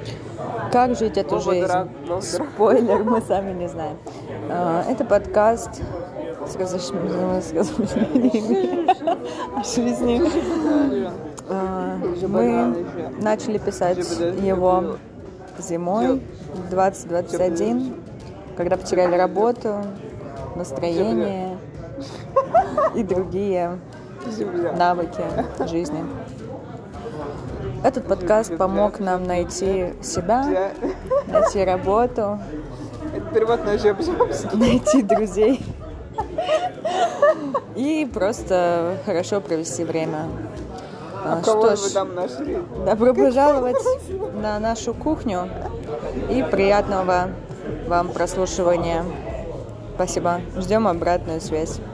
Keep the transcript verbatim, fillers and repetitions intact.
Как жить эту жизнь? Спойлер, мы сами не знаем. Это подкаст с размышлениями о жизни. Мы начали писать его зимой двадцать двадцать один, когда потеряли работу, настроение и другие навыки жизни. Этот подкаст помог нам найти себя, найти работу, найти друзей и просто хорошо провести время. А Что ж, вы там нашли? добро пожаловать на нашу кухню и приятного вам прослушивания. Спасибо. Ждем обратную связь.